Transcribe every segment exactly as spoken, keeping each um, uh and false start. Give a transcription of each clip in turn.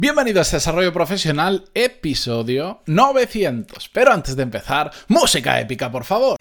Bienvenidos a Desarrollo Profesional, episodio novecientos. Pero antes de empezar, música épica, por favor.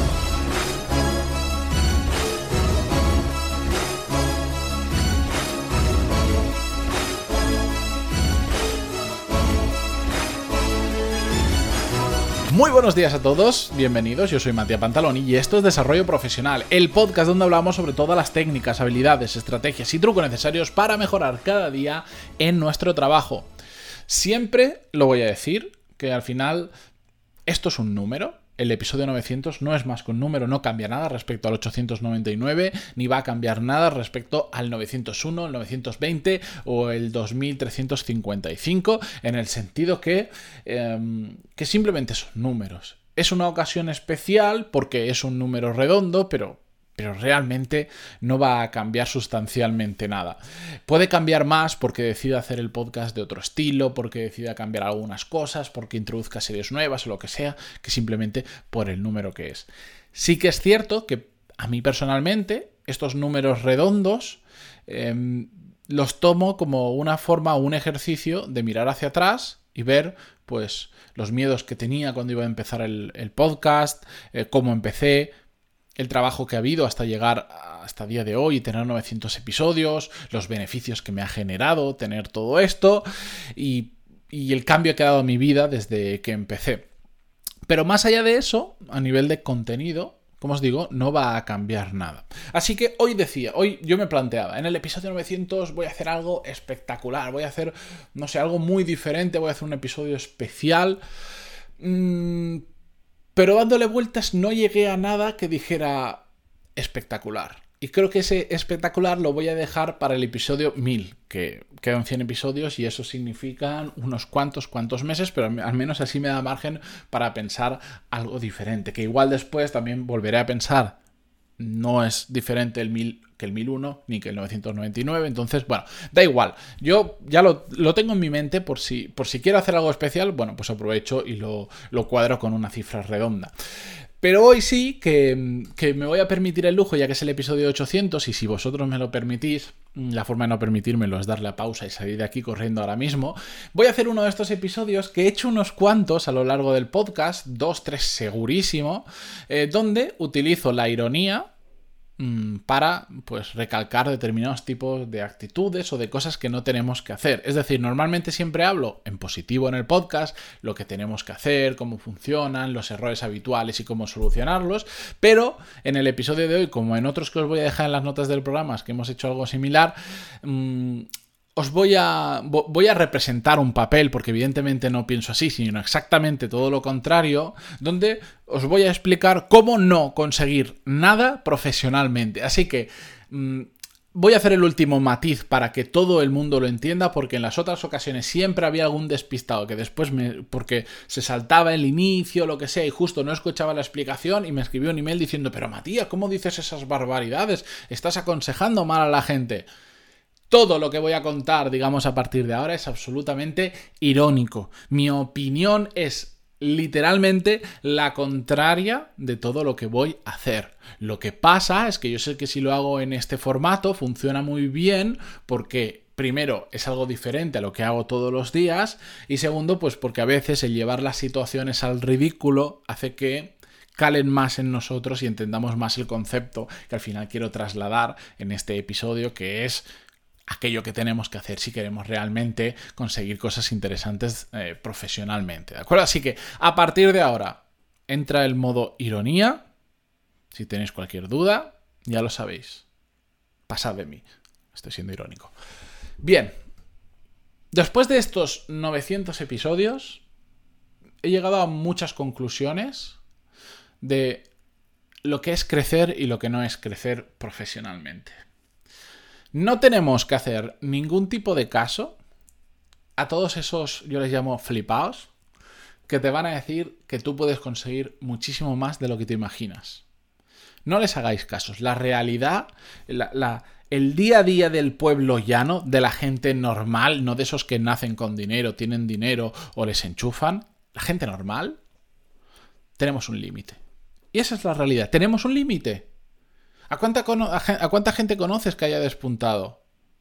Muy buenos días a todos, bienvenidos, yo soy Matías Pantaloni y esto es Desarrollo Profesional, el podcast donde hablamos sobre todas las técnicas, habilidades, estrategias y trucos necesarios para mejorar cada día en nuestro trabajo. Siempre lo voy a decir, que al final esto es un número. El episodio novecientos no es más que un número, no cambia nada respecto al ochocientos noventa y nueve, ni va a cambiar nada respecto al novecientos uno, el novecientos veinte o el dos mil trescientos cincuenta y cinco, en el sentido que, eh, que simplemente son números. Es una ocasión especial porque es un número redondo, pero... pero realmente no va a cambiar sustancialmente nada. Puede cambiar más porque decida hacer el podcast de otro estilo, porque decida cambiar algunas cosas, porque introduzca series nuevas o lo que sea, que simplemente por el número que es. Sí que es cierto que a mí personalmente estos números redondos eh, los tomo como una forma o un ejercicio de mirar hacia atrás y ver pues los miedos que tenía cuando iba a empezar el, el podcast, eh, cómo empecé, el trabajo que ha habido hasta llegar hasta el día de hoy y tener novecientos episodios, los beneficios que me ha generado tener todo esto y, y el cambio que ha dado a mi vida desde que empecé. Pero más allá de eso, a nivel de contenido, como os digo, no va a cambiar nada. Así que hoy decía, hoy yo me planteaba, en el episodio novecientos voy a hacer algo espectacular, voy a hacer, no sé, algo muy diferente, voy a hacer un episodio especial. Mmm... Pero dándole vueltas no llegué a nada que dijera espectacular. Y creo que ese espectacular lo voy a dejar para el episodio mil, que quedan cien episodios y eso significa unos cuantos, cuantos meses, pero al menos así me da margen para pensar algo diferente. Que igual después también volveré a pensar, no es diferente el mil que el mil uno ni que el novecientos noventa y nueve, entonces bueno, da igual, yo ya lo, lo tengo en mi mente por si, por si quiero hacer algo especial, bueno, pues aprovecho y lo, lo cuadro con una cifra redonda. Pero hoy sí que, que me voy a permitir el lujo, ya que es el episodio ochocientos, y si vosotros me lo permitís, la forma de no permitírmelo es darle a pausa y salir de aquí corriendo ahora mismo, voy a hacer uno de estos episodios que he hecho unos cuantos a lo largo del podcast, dos, tres segurísimo, eh, donde utilizo la ironía para pues recalcar determinados tipos de actitudes o de cosas que no tenemos que hacer. Es decir, normalmente siempre hablo en positivo en el podcast, lo que tenemos que hacer, cómo funcionan, los errores habituales y cómo solucionarlos, pero en el episodio de hoy, como en otros que os voy a dejar en las notas del programa, que hemos hecho algo similar, mmm, os voy a, voy a representar un papel, porque evidentemente no pienso así, sino exactamente todo lo contrario, donde os voy a explicar cómo no conseguir nada profesionalmente. Así que mmm, voy a hacer el último matiz para que todo el mundo lo entienda, porque en las otras ocasiones siempre había algún despistado que después, me, porque se saltaba el inicio, lo que sea, y justo no escuchaba la explicación y me escribió un email diciendo, pero Matías, ¿cómo dices esas barbaridades? Estás aconsejando mal a la gente. Todo lo que voy a contar, digamos, a partir de ahora es absolutamente irónico. Mi opinión es literalmente la contraria de todo lo que voy a hacer. Lo que pasa es que yo sé que si lo hago en este formato funciona muy bien porque... primero, es algo diferente a lo que hago todos los días y segundo, pues porque a veces el llevar las situaciones al ridículo hace que calen más en nosotros y entendamos más el concepto que al final quiero trasladar en este episodio, que es aquello que tenemos que hacer si queremos realmente conseguir cosas interesantes eh, profesionalmente, ¿de acuerdo? Así que a partir de ahora entra el modo ironía. Si tenéis cualquier duda, ya lo sabéis. Pasad de mí. Estoy siendo irónico. Bien. Después de estos novecientos episodios, he llegado a muchas conclusiones de lo que es crecer y lo que no es crecer profesionalmente. No tenemos que hacer ningún tipo de caso a todos esos, yo les llamo flipaos, que te van a decir que tú puedes conseguir muchísimo más de lo que te imaginas. No les hagáis casos. La realidad, la, la, el día a día del pueblo llano, de la gente normal, no de esos que nacen con dinero, tienen dinero o les enchufan, la gente normal, tenemos un límite. Y esa es la realidad. Tenemos un límite. ¿A cuánta, ¿A cuánta gente conoces que haya despuntado?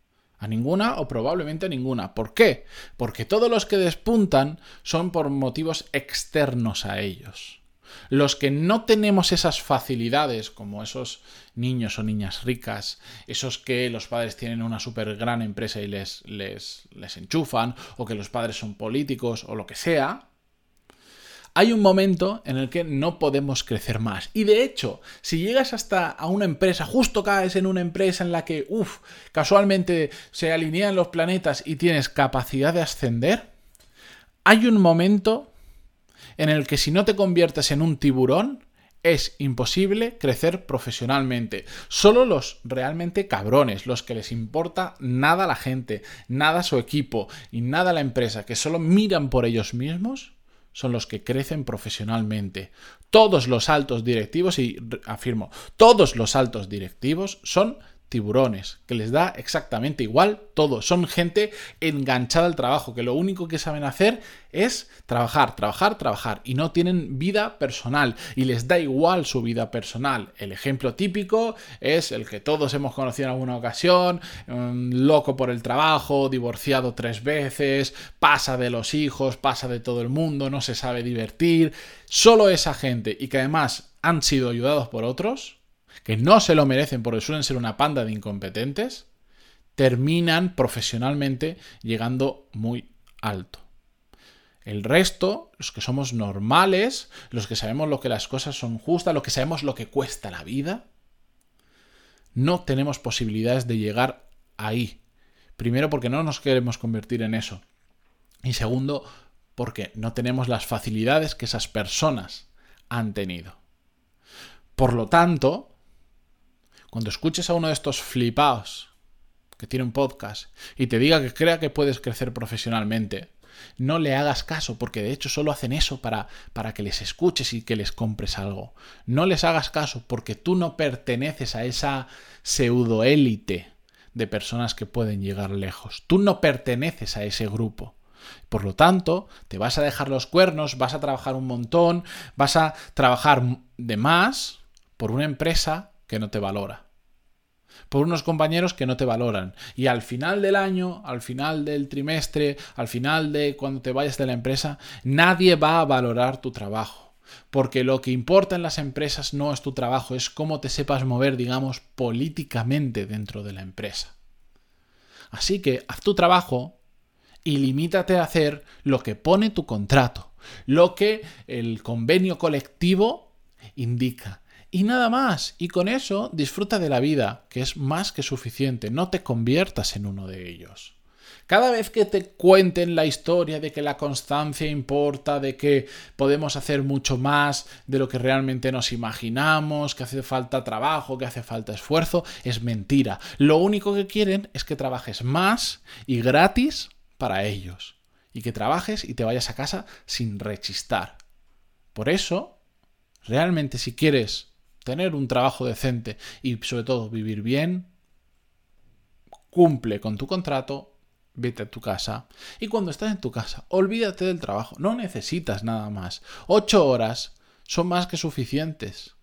A ninguna o probablemente a ninguna. ¿Por qué? Porque todos los que despuntan son por motivos externos a ellos. Los que no tenemos esas facilidades, como esos niños o niñas ricas, esos que los padres tienen una súper gran empresa y les, les, les enchufan, o que los padres son políticos, o lo que sea, hay un momento en el que no podemos crecer más. Y de hecho, si llegas hasta a una empresa, justo caes en una empresa en la que, uff, casualmente se alinean los planetas y tienes capacidad de ascender, hay un momento en el que si no te conviertes en un tiburón, es imposible crecer profesionalmente. Solo los realmente cabrones, los que les importa nada la gente, nada su equipo y nada la empresa, que solo miran por ellos mismos, son los que crecen profesionalmente. Todos los altos directivos, y afirmo, todos los altos directivos son tiburones, que les da exactamente igual todo. Son gente enganchada al trabajo, que lo único que saben hacer es trabajar, trabajar, trabajar, y no tienen vida personal, y les da igual su vida personal. El ejemplo típico es el que todos hemos conocido en alguna ocasión, um, loco por el trabajo, divorciado tres veces, pasa de los hijos, pasa de todo el mundo, no se sabe divertir. Solo esa gente, y que además han sido ayudados por otros, que no se lo merecen porque suelen ser una panda de incompetentes, terminan profesionalmente llegando muy alto. El resto, los que somos normales, los que sabemos lo que las cosas son justas, los que sabemos lo que cuesta la vida, no tenemos posibilidades de llegar ahí. Primero, porque no nos queremos convertir en eso. Y segundo, porque no tenemos las facilidades que esas personas han tenido. Por lo tanto, cuando escuches a uno de estos flipaos que tiene un podcast y te diga que crea que puedes crecer profesionalmente, no le hagas caso, porque de hecho solo hacen eso para, para que les escuches y que les compres algo. No les hagas caso, porque tú no perteneces a esa pseudoélite de personas que pueden llegar lejos. Tú no perteneces a ese grupo. Por lo tanto, te vas a dejar los cuernos, vas a trabajar un montón, vas a trabajar de más por una empresa que no te valora, por unos compañeros que no te valoran, y al final del año, al final del trimestre, al final de cuando te vayas de la empresa, nadie va a valorar tu trabajo, porque lo que importa en las empresas no es tu trabajo, es cómo te sepas mover, digamos, políticamente dentro de la empresa. Así que haz tu trabajo y limítate a hacer lo que pone tu contrato, lo que el convenio colectivo indica. Y nada más. Y con eso disfruta de la vida, que es más que suficiente. No te conviertas en uno de ellos. Cada vez que te cuenten la historia de que la constancia importa, de que podemos hacer mucho más de lo que realmente nos imaginamos, que hace falta trabajo, que hace falta esfuerzo, es mentira. Lo único que quieren es que trabajes más y gratis para ellos. Y que trabajes y te vayas a casa sin rechistar. Por eso, realmente si quieres tener un trabajo decente y sobre todo vivir bien, cumple con tu contrato, vete a tu casa. Y cuando estás en tu casa, olvídate del trabajo. No necesitas nada más. Ocho horas son más que suficientes.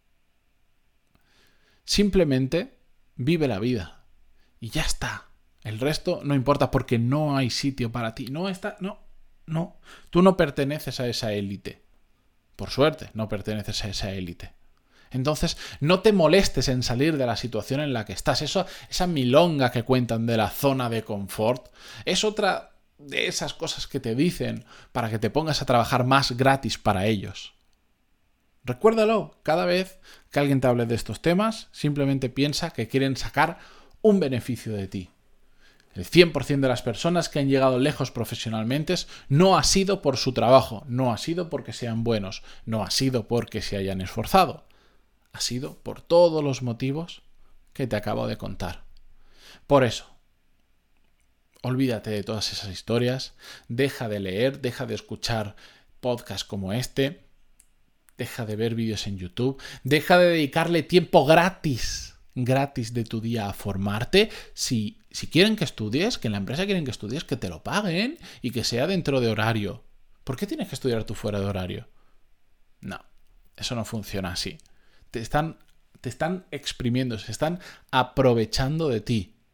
Simplemente vive la vida. Y ya está. El resto no importa porque no hay sitio para ti. No está, no, no. Tú no perteneces a esa élite. Por suerte, no perteneces a esa élite. Entonces, no te molestes en salir de la situación en la que estás. Eso, esa milonga que cuentan de la zona de confort es otra de esas cosas que te dicen para que te pongas a trabajar más gratis para ellos. Recuérdalo, cada vez que alguien te hable de estos temas, simplemente piensa que quieren sacar un beneficio de ti. El cien por ciento de las personas que han llegado lejos profesionalmente no ha sido por su trabajo, no ha sido porque sean buenos, no ha sido porque se hayan esforzado. Ha sido por todos los motivos que te acabo de contar. Por eso, olvídate de todas esas historias, deja de leer, deja de escuchar podcasts como este, deja de ver vídeos en YouTube, deja de dedicarle tiempo gratis, gratis de tu día a formarte. Si, si quieren que estudies, que en la empresa quieren que estudies, que te lo paguen y que sea dentro de horario. ¿Por qué tienes que estudiar tú fuera de horario? No, eso no funciona así. Te están, te están exprimiendo, se están aprovechando de ti.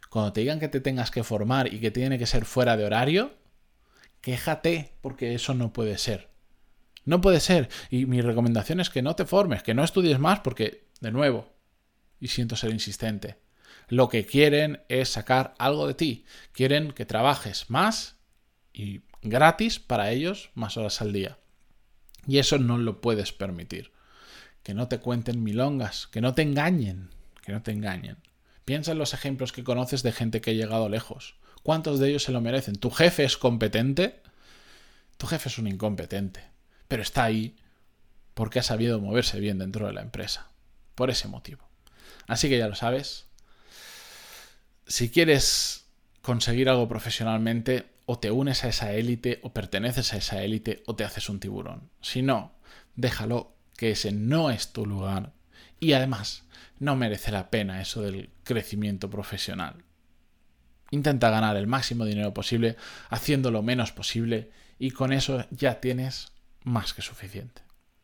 Cuando te digan que te tengas que formar y que tiene que ser fuera de horario, quéjate, porque eso no puede ser. No puede ser. Y mi recomendación es que no te formes, que no estudies más, porque, de nuevo, y siento ser insistente, lo que quieren es sacar algo de ti. Quieren que trabajes más y gratis para ellos más horas al día. Y eso no lo puedes permitir. Que no te cuenten milongas, que no te engañen, que no te engañen. Piensa en los ejemplos que conoces de gente que ha llegado lejos. ¿Cuántos de ellos se lo merecen? ¿Tu jefe es competente? Tu jefe es un incompetente, pero está ahí porque ha sabido moverse bien dentro de la empresa. Por ese motivo. Así que ya lo sabes. Si quieres conseguir algo profesionalmente, o te unes a esa élite, o perteneces a esa élite, o te haces un tiburón. Si no, déjalo, que ese no es tu lugar. Y además, no merece la pena eso del crecimiento profesional. Intenta ganar el máximo dinero posible, haciendo lo menos posible, y con eso ya tienes más que suficiente.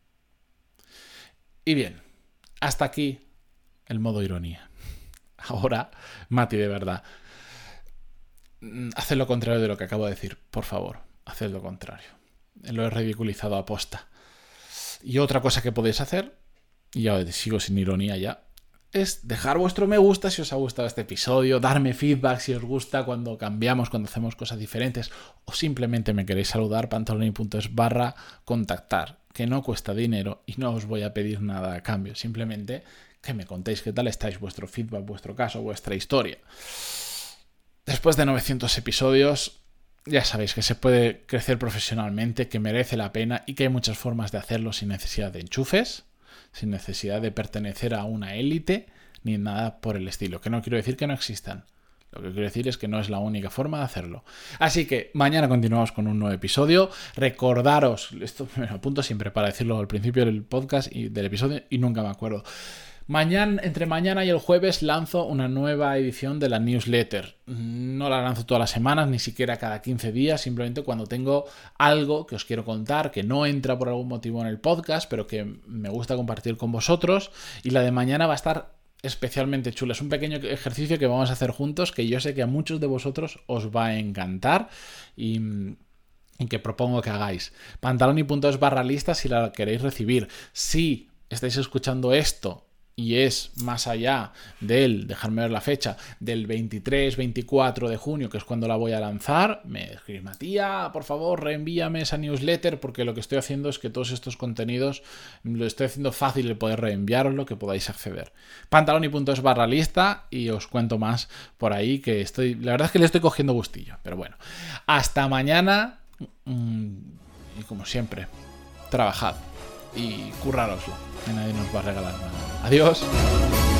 Y bien, hasta aquí el modo ironía. Ahora, Mati, de verdad, haced lo contrario de lo que acabo de decir, por favor, haced lo contrario. Lo he ridiculizado a posta. Y otra cosa que podéis hacer, y ya sigo sin ironía ya, es dejar vuestro me gusta si os ha gustado este episodio, darme feedback si os gusta cuando cambiamos, cuando hacemos cosas diferentes, o simplemente me queréis saludar, pantaloni.es barra contactar, que no cuesta dinero y no os voy a pedir nada a cambio, simplemente que me contéis qué tal estáis, vuestro feedback, vuestro caso, vuestra historia. Después de novecientos episodios, ya sabéis que se puede crecer profesionalmente, que merece la pena y que hay muchas formas de hacerlo sin necesidad de enchufes, sin necesidad de pertenecer a una élite, ni nada por el estilo. Que no quiero decir que no existan. Lo que quiero decir es que no es la única forma de hacerlo. Así que mañana continuamos con un nuevo episodio. Recordaros, esto me lo apunto siempre para decirlo al principio del podcast y del episodio y nunca me acuerdo. Mañana, entre mañana y el jueves lanzo una nueva edición de la newsletter. No la lanzo todas las semanas, ni siquiera cada quince días, simplemente cuando tengo algo que os quiero contar, que no entra por algún motivo en el podcast, pero que me gusta compartir con vosotros. Y la de mañana va a estar especialmente chula. Es un pequeño ejercicio que vamos a hacer juntos, que yo sé que a muchos de vosotros os va a encantar y... en que propongo que hagáis. Pantaloni.es barra lista si la queréis recibir. Si estáis escuchando esto y es más allá del, dejarme ver la fecha, del veintitrés veinticuatro de junio, que es cuando la voy a lanzar, me escribís: Matías, por favor, reenvíame esa newsletter, porque lo que estoy haciendo es que todos estos contenidos lo estoy haciendo fácil de poder reenviaroslo, que podáis acceder. Pantaloni.es barra lista y os cuento más por ahí, que estoy, la verdad es que le estoy cogiendo gustillo, pero bueno. Hasta mañana y como siempre, trabajad y currároslo, que nadie nos va a regalar nada. Adiós.